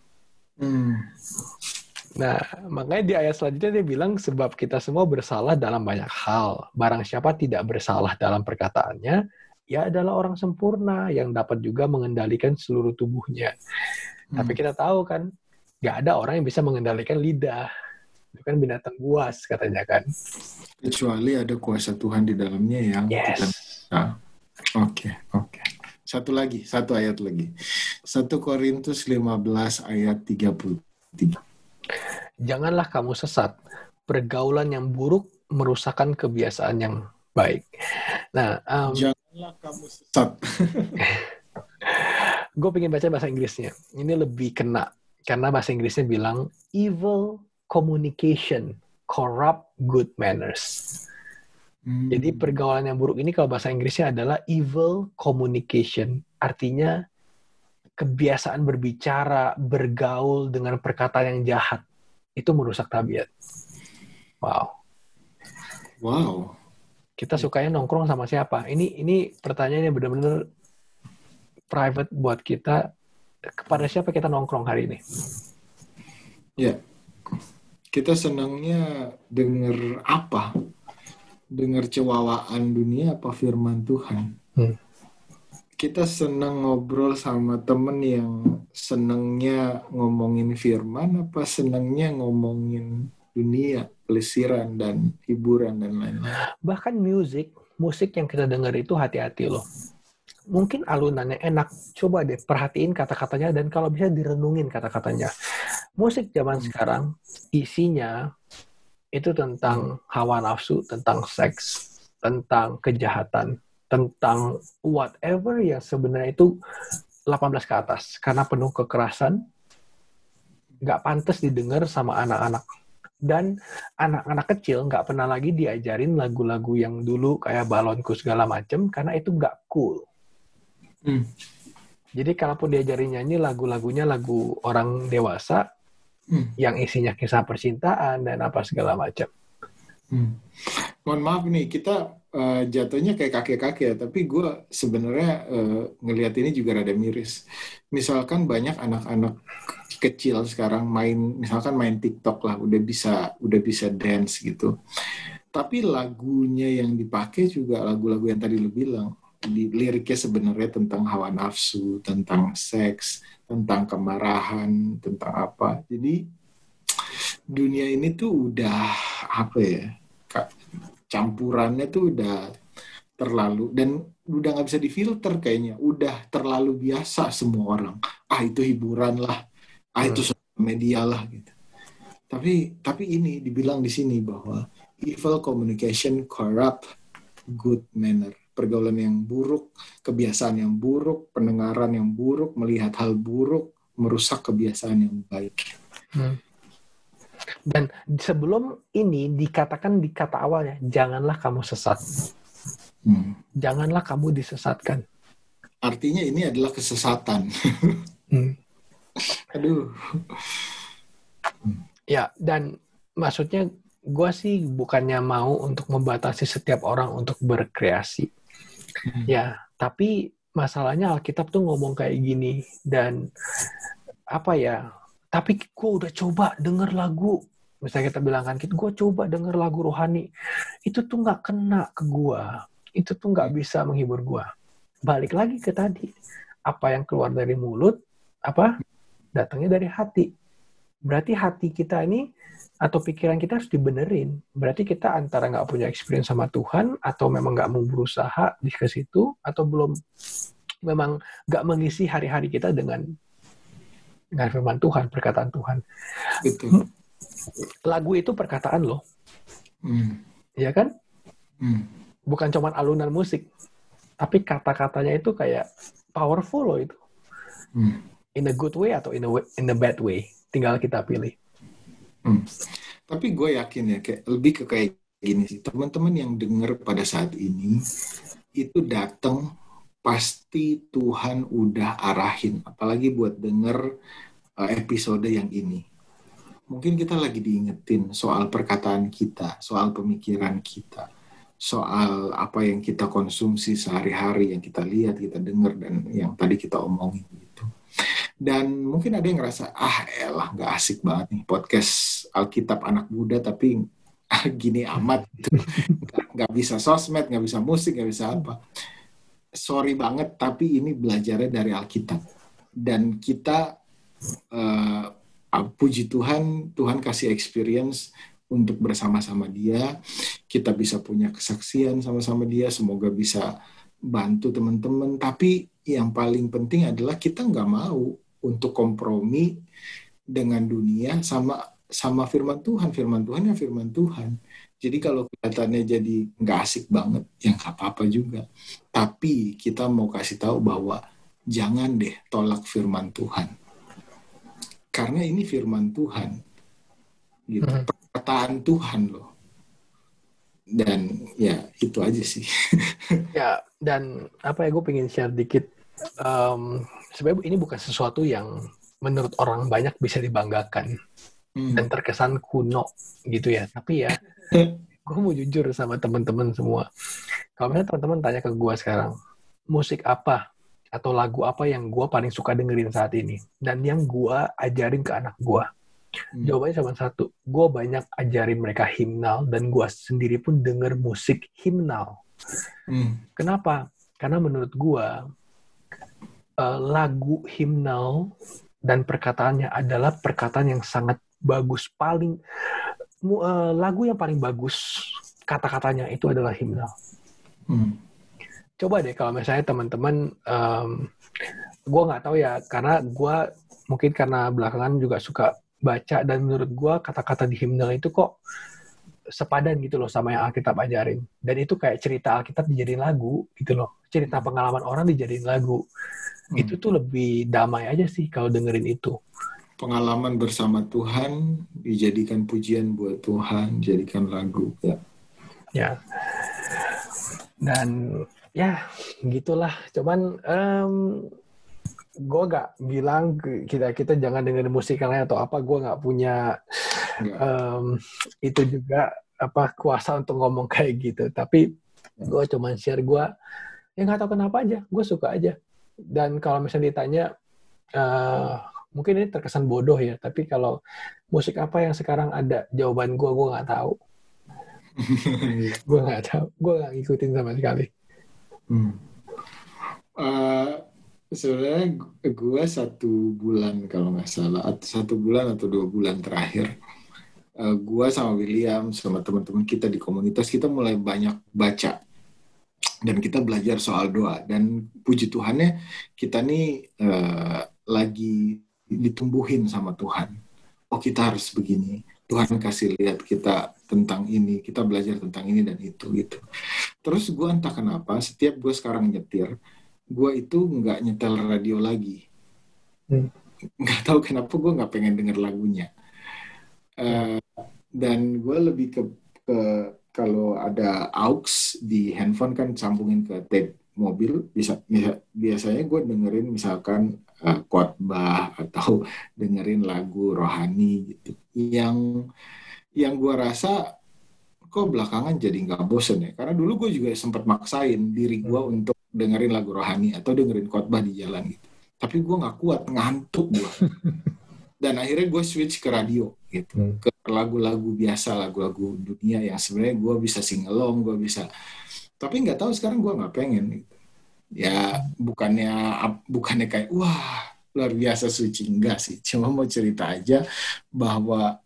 Nah, makanya di ayat selanjutnya dia bilang, sebab kita semua bersalah dalam banyak hal. Barang siapa tidak bersalah dalam perkataannya, ia adalah orang sempurna yang dapat juga mengendalikan seluruh tubuhnya. Tapi kita tahu kan, nggak ada orang yang bisa mengendalikan lidah. Itu kan binatang buas katanya kan. Kecuali ada kuasa Tuhan di dalamnya yang kita... Oke. Satu ayat lagi. 1 Korintus 15 ayat 33. Janganlah kamu sesat. Pergaulan yang buruk merusakkan kebiasaan yang baik. Nah, janganlah kamu sesat. Gue pengen baca bahasa Inggrisnya. Ini lebih kena. Karena bahasa Inggrisnya bilang, evil communication corrupt good manners. Jadi pergaulan yang buruk ini kalau bahasa Inggrisnya adalah evil communication. Artinya kebiasaan berbicara, bergaul dengan perkataan yang jahat. Itu merusak tabiat. Wow. Kita sukanya nongkrong sama siapa? Ini pertanyaan yang benar-benar private buat kita. Kepada siapa kita nongkrong hari ini? Ya. Kita senangnya dengar apa? Dengar cewawaan dunia apa firman Tuhan? Kita senang ngobrol sama temen yang senangnya ngomongin firman apa senangnya ngomongin dunia, pelesiran dan hiburan dan lain-lain. Bahkan musik yang kita dengar itu hati-hati loh. Mungkin alunannya enak, coba deh perhatiin kata-katanya dan kalau bisa direnungin kata-katanya. Musik zaman sekarang isinya itu tentang hawa nafsu, tentang seks, tentang kejahatan, tentang whatever yang sebenarnya itu 18 ke atas. Karena penuh kekerasan, nggak pantas didengar sama anak-anak. Dan anak-anak kecil nggak pernah lagi diajarin lagu-lagu yang dulu kayak Balonku segala macem, karena itu nggak cool. Jadi kalaupun diajarin nyanyi lagu-lagunya lagu orang dewasa, yang isinya kisah percintaan dan apa segala macam. Mohon maaf nih, kita jatuhnya kayak kakek-kakek ya, tapi gue sebenarnya ngelihat ini juga rada miris. Misalkan banyak anak-anak kecil sekarang misalkan main TikTok lah, udah bisa dance gitu. Tapi lagunya yang dipakai juga lagu-lagu yang tadi lu bilang, liriknya sebenarnya tentang hawa nafsu, tentang seks, tentang kemarahan, tentang apa. Jadi dunia ini tuh udah apa ya? Campurannya tuh udah terlalu dan udah nggak bisa difilter kayaknya, udah terlalu biasa semua orang. Itu hiburan lah, itu media lah gitu. Tapi ini dibilang di sini bahwa evil communication corrupt good manner. Pergaulan yang buruk, kebiasaan yang buruk, pendengaran yang buruk, melihat hal buruk, merusak kebiasaan yang baik. Dan sebelum ini dikatakan di kata awalnya, janganlah kamu sesat. Janganlah kamu disesatkan. Artinya ini adalah kesesatan. Aduh. Ya, dan maksudnya gue sih bukannya mau untuk membatasi setiap orang untuk berkreasi. Ya, tapi masalahnya Alkitab tuh ngomong kayak gini. Dan apa ya, tapi gue udah coba denger lagu. Misalnya kita bilang kan, gue coba denger lagu rohani. Itu tuh gak kena ke gue. Itu tuh gak bisa menghibur gue. Balik lagi ke tadi. Apa yang keluar dari mulut, datangnya dari hati. Berarti hati kita ini, atau pikiran kita harus dibenerin. Berarti kita antara gak punya experience sama Tuhan, atau memang gak mau berusaha di ke situ, atau belum memang gak mengisi hari-hari kita dengan firman Tuhan, perkataan Tuhan. Betul. Lagu itu perkataan loh. Iya kan? Bukan cuma alunan musik. Tapi kata-katanya itu kayak powerful loh itu. In a good way atau in a bad way. Tinggal kita pilih. Tapi gue yakin ya, lebih ke kayak gini sih. Teman-teman yang dengar pada saat ini, itu datang pasti Tuhan udah arahin. Apalagi buat denger episode yang ini. Mungkin kita lagi diingetin soal perkataan kita, soal pemikiran kita. soal apa yang kita konsumsi sehari-hari, yang kita lihat, kita dengar, dan yang tadi kita omongin gitu. Dan mungkin ada yang ngerasa, elah nggak asik banget nih podcast Alkitab anak muda, tapi gini amat gitu. Nggak bisa sosmed, nggak bisa musik, nggak bisa apa. Sorry banget, tapi ini belajarnya dari Alkitab. Dan kita, puji Tuhan, Tuhan kasih experience untuk bersama-sama Dia. Kita bisa punya kesaksian sama-sama Dia. Semoga bisa bantu teman-teman. Tapi yang paling penting adalah kita nggak mau untuk kompromi dengan dunia sama firman Tuhan. Firman Tuhan ya firman Tuhan. Jadi kalau kelihatannya jadi nggak asik banget, ya nggak apa-apa juga. Tapi kita mau kasih tahu bahwa jangan deh tolak firman Tuhan. Karena ini firman Tuhan. Gitu. Perkataan Tuhan loh. Dan ya itu aja sih. Ya, dan gue pengen share dikit. Sebenarnya ini bukan sesuatu yang menurut orang banyak bisa dibanggakan. Dan terkesan kuno gitu ya. Tapi ya, gue mau jujur sama teman-teman semua. Kalau misalnya teman-teman tanya ke gue sekarang, musik apa atau lagu apa yang gue paling suka dengerin saat ini, dan yang gue ajarin ke anak gue, jawabannya cuma satu. Gue banyak ajarin mereka himnal, dan gue sendiri pun denger musik himnal. Kenapa? Karena menurut gue, lagu himnal dan perkataannya adalah perkataan yang sangat bagus. Lagu yang paling bagus kata-katanya itu adalah himnal. Coba deh kalau misalnya teman-teman, gue nggak tahu ya, karena gue mungkin karena belakangan juga suka baca, dan menurut gue kata-kata di himnal itu kok sepadan gitu loh sama yang Alkitab ajarin. Dan itu kayak cerita Alkitab dijadiin lagu gitu loh. Cerita pengalaman orang dijadiin lagu. Itu tuh lebih damai aja sih kalau dengerin itu. Pengalaman bersama Tuhan dijadikan pujian buat Tuhan, jadikan lagu. Ya. Dan ya gitulah. Cuman gue gak bilang kita jangan dengerin musik lain atau apa. Gue gak punya itu juga kuasa untuk ngomong kayak gitu. Tapi gue cuma share, gue ya gak tahu kenapa aja, gue suka aja. Dan kalau misalnya ditanya, mungkin ini terkesan bodoh ya, tapi kalau musik apa yang sekarang ada, jawaban gue gak tahu. Gue gak tahu, gue gak ngikutin sama sekali. Sebenarnya gue 1 bulan kalau nggak salah, 1 bulan atau 2 bulan terakhir, gue sama William sama teman-teman kita di komunitas, kita mulai banyak baca dan kita belajar soal doa. Dan puji Tuhannya kita nih lagi ditumbuhin sama Tuhan. Oh, kita harus begini. Tuhan kasih lihat kita tentang ini, kita belajar tentang ini dan itu gitu. Terus gue entah kenapa setiap gue sekarang nyetir, gue itu nggak nyetel radio lagi. Nggak tahu kenapa gue nggak pengen denger lagunya. Dan gue lebih ke kalau ada aux di handphone kan sambungin ke tape mobil, biasanya gue dengerin misalkan khotbah atau dengerin lagu rohani gitu. Yang gue rasa kok belakangan jadi nggak bosen ya, karena dulu gue juga sempat maksain diri gue untuk dengerin lagu rohani atau dengerin khotbah di jalan gitu, tapi gue nggak kuat, ngantuk gue. Dan akhirnya gue switch ke radio gitu, ke lagu-lagu biasa, lagu-lagu dunia yang sebenarnya gue bisa sing-along, gue bisa, tapi nggak tahu sekarang gue nggak pengen gitu. Ya bukannya kayak wah luar biasa suci, enggak sih, cuma mau cerita aja bahwa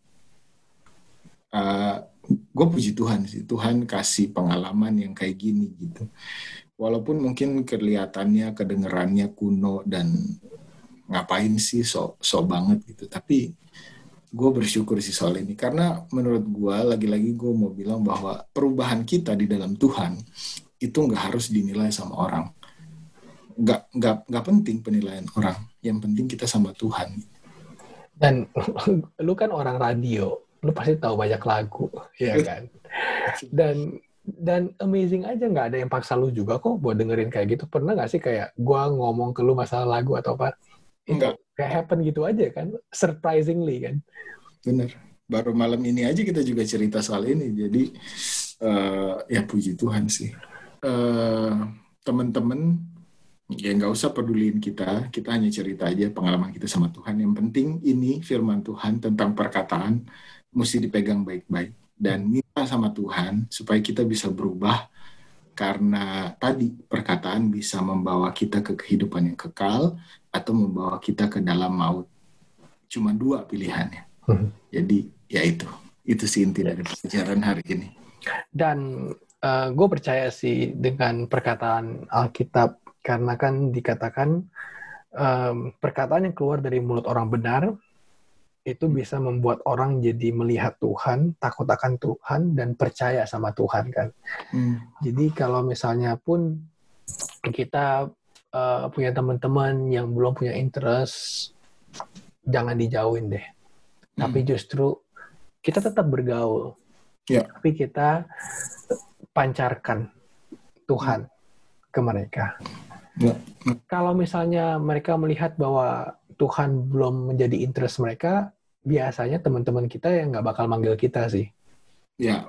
gue puji Tuhan sih, Tuhan kasih pengalaman yang kayak gini gitu. Walaupun mungkin kelihatannya, kedengerannya kuno dan ngapain sih so banget gitu, tapi gue bersyukur sih soal ini, karena menurut gue lagi-lagi gue mau bilang bahwa perubahan kita di dalam Tuhan itu nggak harus dinilai sama orang, nggak penting penilaian orang, yang penting kita sama Tuhan. Dan lu kan orang radio, lu pasti tahu banyak lagu, ya kan? Dan amazing aja, nggak ada yang paksa lu juga kok buat dengerin kayak gitu. Pernah nggak sih kayak gue ngomong ke lu masalah lagu atau apa? Enggak. Kayak happen gitu aja kan, surprisingly kan. Bener. Baru malam ini aja kita juga cerita soal ini. Jadi Ya puji Tuhan sih. Eh, Teman-teman, ya nggak usah peduliin kita hanya cerita aja pengalaman kita sama Tuhan. Yang penting ini firman Tuhan tentang perkataan mesti dipegang baik-baik. Dan minta sama Tuhan supaya kita bisa berubah, karena tadi perkataan bisa membawa kita ke kehidupan yang kekal atau membawa kita ke dalam maut. Cuma dua pilihannya. Jadi ya itu sih inti dari pelajaran hari ini. Dan gue percaya sih dengan perkataan Alkitab, karena kan dikatakan perkataan yang keluar dari mulut orang benar itu bisa membuat orang jadi melihat Tuhan, takut akan Tuhan, dan percaya sama Tuhan kan. Jadi kalau misalnya pun kita punya teman-teman yang belum punya interest, jangan dijauhin deh. Tapi justru kita tetap bergaul. Tapi kita pancarkan Tuhan ke mereka. Kalau misalnya mereka melihat bahwa Tuhan belum menjadi interest mereka, biasanya teman-teman kita yang nggak bakal manggil kita sih. Ya.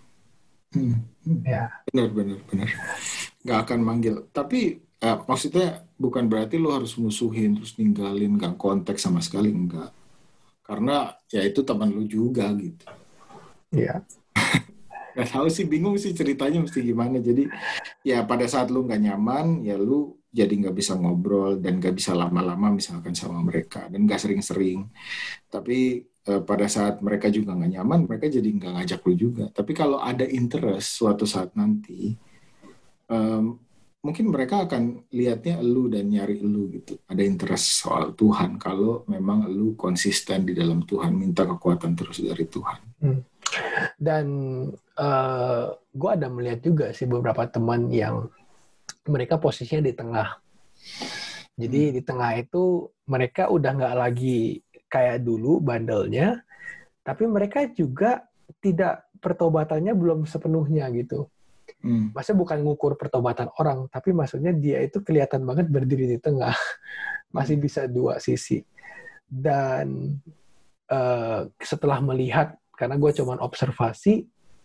Benar. Nggak akan manggil. Tapi maksudnya bukan berarti lo harus musuhin terus ninggalin, nggak kontak sama sekali, enggak. Karena ya itu teman lo juga gitu. Iya. Gak tahu sih, bingung sih ceritanya mesti gimana. Jadi ya pada saat lu nggak nyaman, ya lu jadi nggak bisa ngobrol dan nggak bisa lama-lama misalkan sama mereka, dan nggak sering-sering. Tapi pada saat mereka juga nggak nyaman, mereka jadi nggak ngajak lu juga. Tapi kalau ada interest suatu saat nanti, mungkin mereka akan lihatnya elu dan nyari elu gitu. Ada interest soal Tuhan kalau memang elu konsisten di dalam Tuhan, minta kekuatan terus dari Tuhan. Dan gue ada melihat juga sih beberapa teman yang mereka posisinya di tengah. Jadi di tengah itu mereka udah nggak lagi kayak dulu bandelnya, tapi mereka juga tidak, pertobatannya belum sepenuhnya gitu. Maksudnya bukan ngukur pertobatan orang, tapi maksudnya dia itu kelihatan banget berdiri di tengah. Masih bisa dua sisi. Dan setelah melihat, karena gue cuman observasi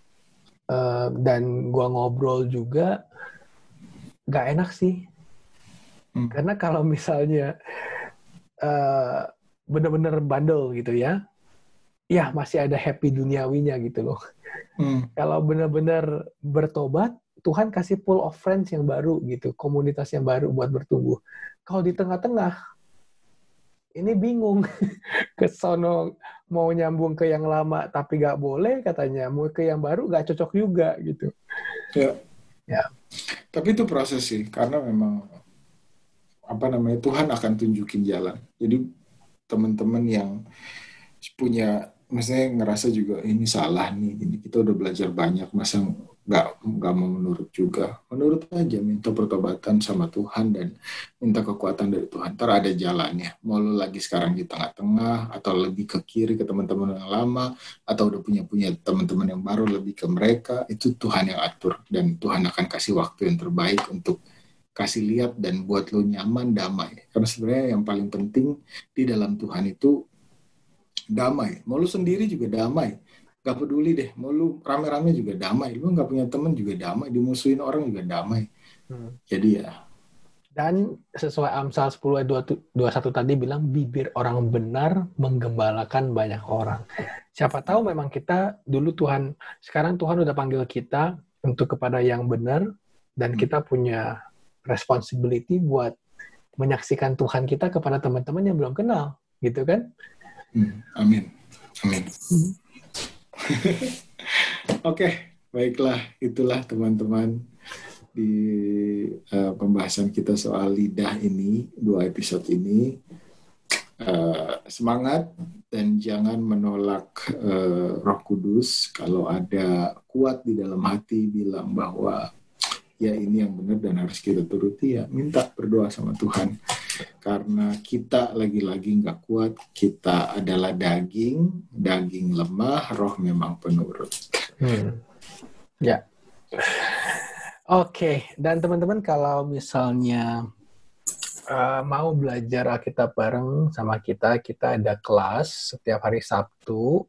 dan gue ngobrol juga, gak enak sih. Karena kalau misalnya bener-bener bandel gitu ya masih ada happy duniawinya gitu loh. Kalau bener-bener bertobat, Tuhan kasih pool of friends yang baru gitu, komunitas yang baru buat bertumbuh. Kalau di tengah-tengah, ini bingung. Kesono mau nyambung ke yang lama tapi gak boleh katanya, mau ke yang baru gak cocok juga gitu. Ya. Tapi itu proses sih, karena memang Tuhan akan tunjukin jalan. Jadi teman-teman yang punya, maksudnya ngerasa juga ini salah nih, jadi kita udah belajar banyak, masa nggak mau menurut juga, menurut aja, minta pertobatan sama Tuhan dan minta kekuatan dari Tuhan. Ntar ada jalannya, mau lu lagi sekarang di tengah-tengah atau lebih ke kiri ke teman-teman yang lama, atau udah punya teman-teman yang baru lebih ke mereka, itu Tuhan yang atur, dan Tuhan akan kasih waktu yang terbaik untuk kasih lihat dan buat lu nyaman, damai. Karena sebenarnya yang paling penting di dalam Tuhan itu damai. Mau lu sendiri juga damai. Gak peduli deh, mau lu rame-rame juga damai. Lu gak punya teman juga damai. Dimusuhin orang juga damai. Jadi ya. Dan sesuai Amsal 10 ayat 21 tadi bilang, bibir orang benar menggembalakan banyak orang. Siapa tahu memang kita dulu sekarang Tuhan udah panggil kita untuk kepada yang benar, dan kita punya responsibility buat menyaksikan Tuhan kita kepada teman-teman yang belum kenal, gitu kan? Amin. Oke, baiklah, itulah teman-teman di pembahasan kita soal lidah ini, 2 episode ini. Semangat dan jangan menolak Roh Kudus. Kalau ada kuat di dalam hati bilang bahwa ya ini yang benar dan harus kita turuti, ya minta berdoa sama Tuhan. Karena kita lagi-lagi nggak kuat, kita adalah daging lemah, roh memang penurut. Ya. Oke, dan teman-teman kalau misalnya mau belajar Alkitab bareng sama kita ada kelas setiap hari Sabtu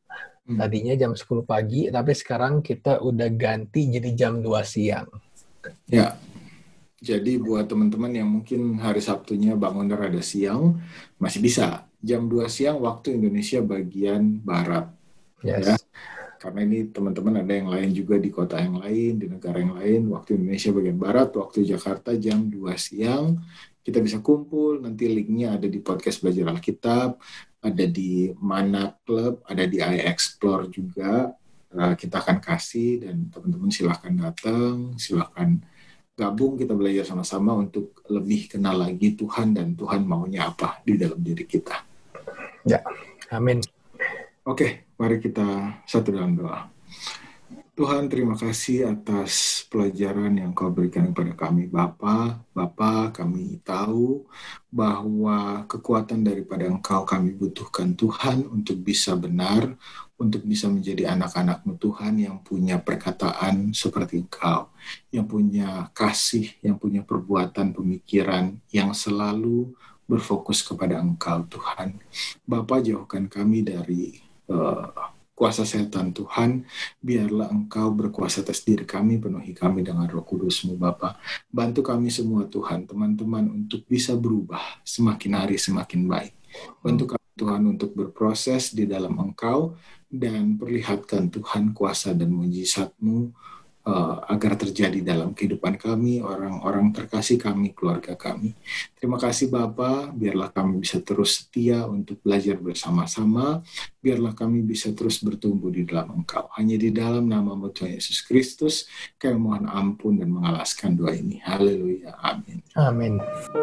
Tadinya jam 10 pagi, tapi sekarang kita udah ganti jadi jam 2 siang. Ya, jadi buat teman-teman yang mungkin hari Sabtunya bangun rada siang, masih bisa. Jam 2 siang waktu Indonesia bagian Barat. Yes. Ya, karena ini teman-teman ada yang lain juga di kota yang lain, di negara yang lain, waktu Indonesia bagian Barat, waktu Jakarta jam 2 siang. Kita bisa kumpul, nanti linknya ada di podcast Belajar Alkitab, ada di Mana Club, ada di iExplore juga. Kita akan kasih dan teman-teman silahkan datang, silahkan gabung, kita belajar sama-sama untuk lebih kenal lagi Tuhan dan Tuhan maunya apa di dalam diri kita. Ya, amin. Oke, mari kita satu dalam doa. Tuhan, terima kasih atas pelajaran yang Kau berikan kepada kami, Bapa. Bapa, kami tahu bahwa kekuatan daripada Engkau kami butuhkan, Tuhan, untuk bisa benar, untuk bisa menjadi anak-anak-Mu, Tuhan, yang punya perkataan seperti Engkau, yang punya kasih, yang punya perbuatan, pemikiran, yang selalu berfokus kepada Engkau, Tuhan. Bapa, jauhkan kami dari kuasa setan, Tuhan. Biarlah Engkau berkuasa atas diri kami, penuhi kami dengan Roh Kudus-Mu, Bapa. Bantu kami semua, Tuhan, teman-teman, untuk bisa berubah semakin hari semakin baik. Bantu kami, Tuhan, untuk berproses di dalam Engkau dan perlihatkan, Tuhan, kuasa dan mujizat-Mu agar terjadi dalam kehidupan kami, orang-orang terkasih kami, keluarga kami. Terima kasih Bapa, biarlah kami bisa terus setia untuk belajar bersama-sama, biarlah kami bisa terus bertumbuh di dalam Engkau. Hanya di dalam nama Tuhan Yesus Kristus, kami mohon ampun dan mengalaskan doa ini. Haleluya, amin. Amin.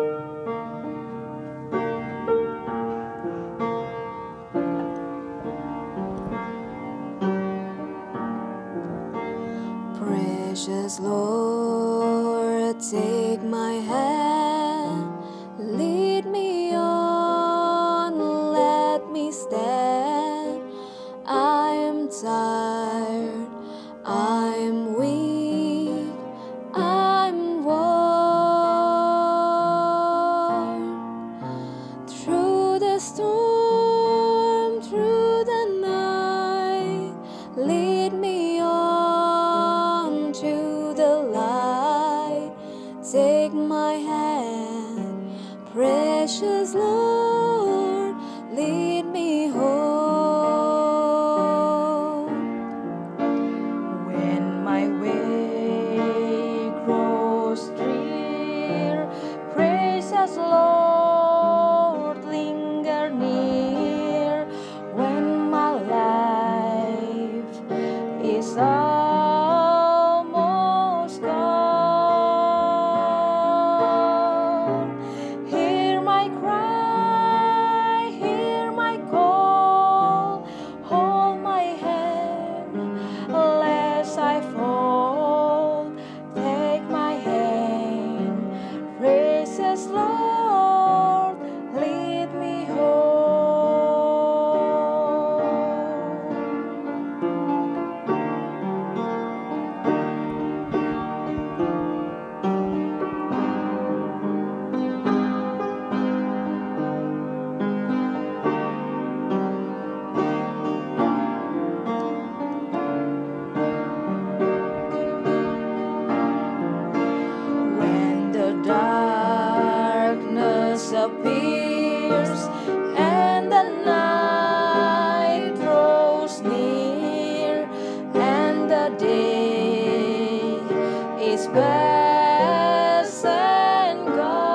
Precious Lord, take my hand, lead me on, let me stand. I am tired, I am weak, I'm worn. Through the storm, through the night, lead me on to the light. Take my hand, precious Lord, lead me home. When my way grows drear, precious Lord, linger near. When my life is almost gone, hear my cry, hear my call, hold my hand lest I fall. Take my hand, precious Lord, lead me home. When the darkness appears and the night draws near and the day is past and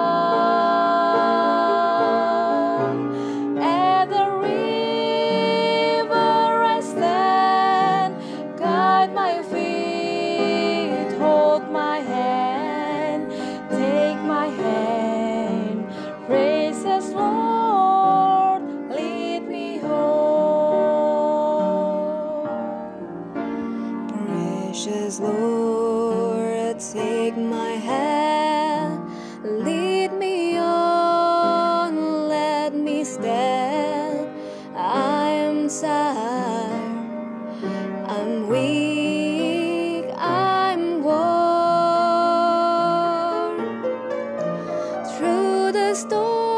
gone, at the river I stand, guide my feet, hold my hand, take my hand, precious Lord, lead me home. Precious Lord, take my hand, lead me on, let me stand. I am tired, I'm weak, I'm worn. Through the storm,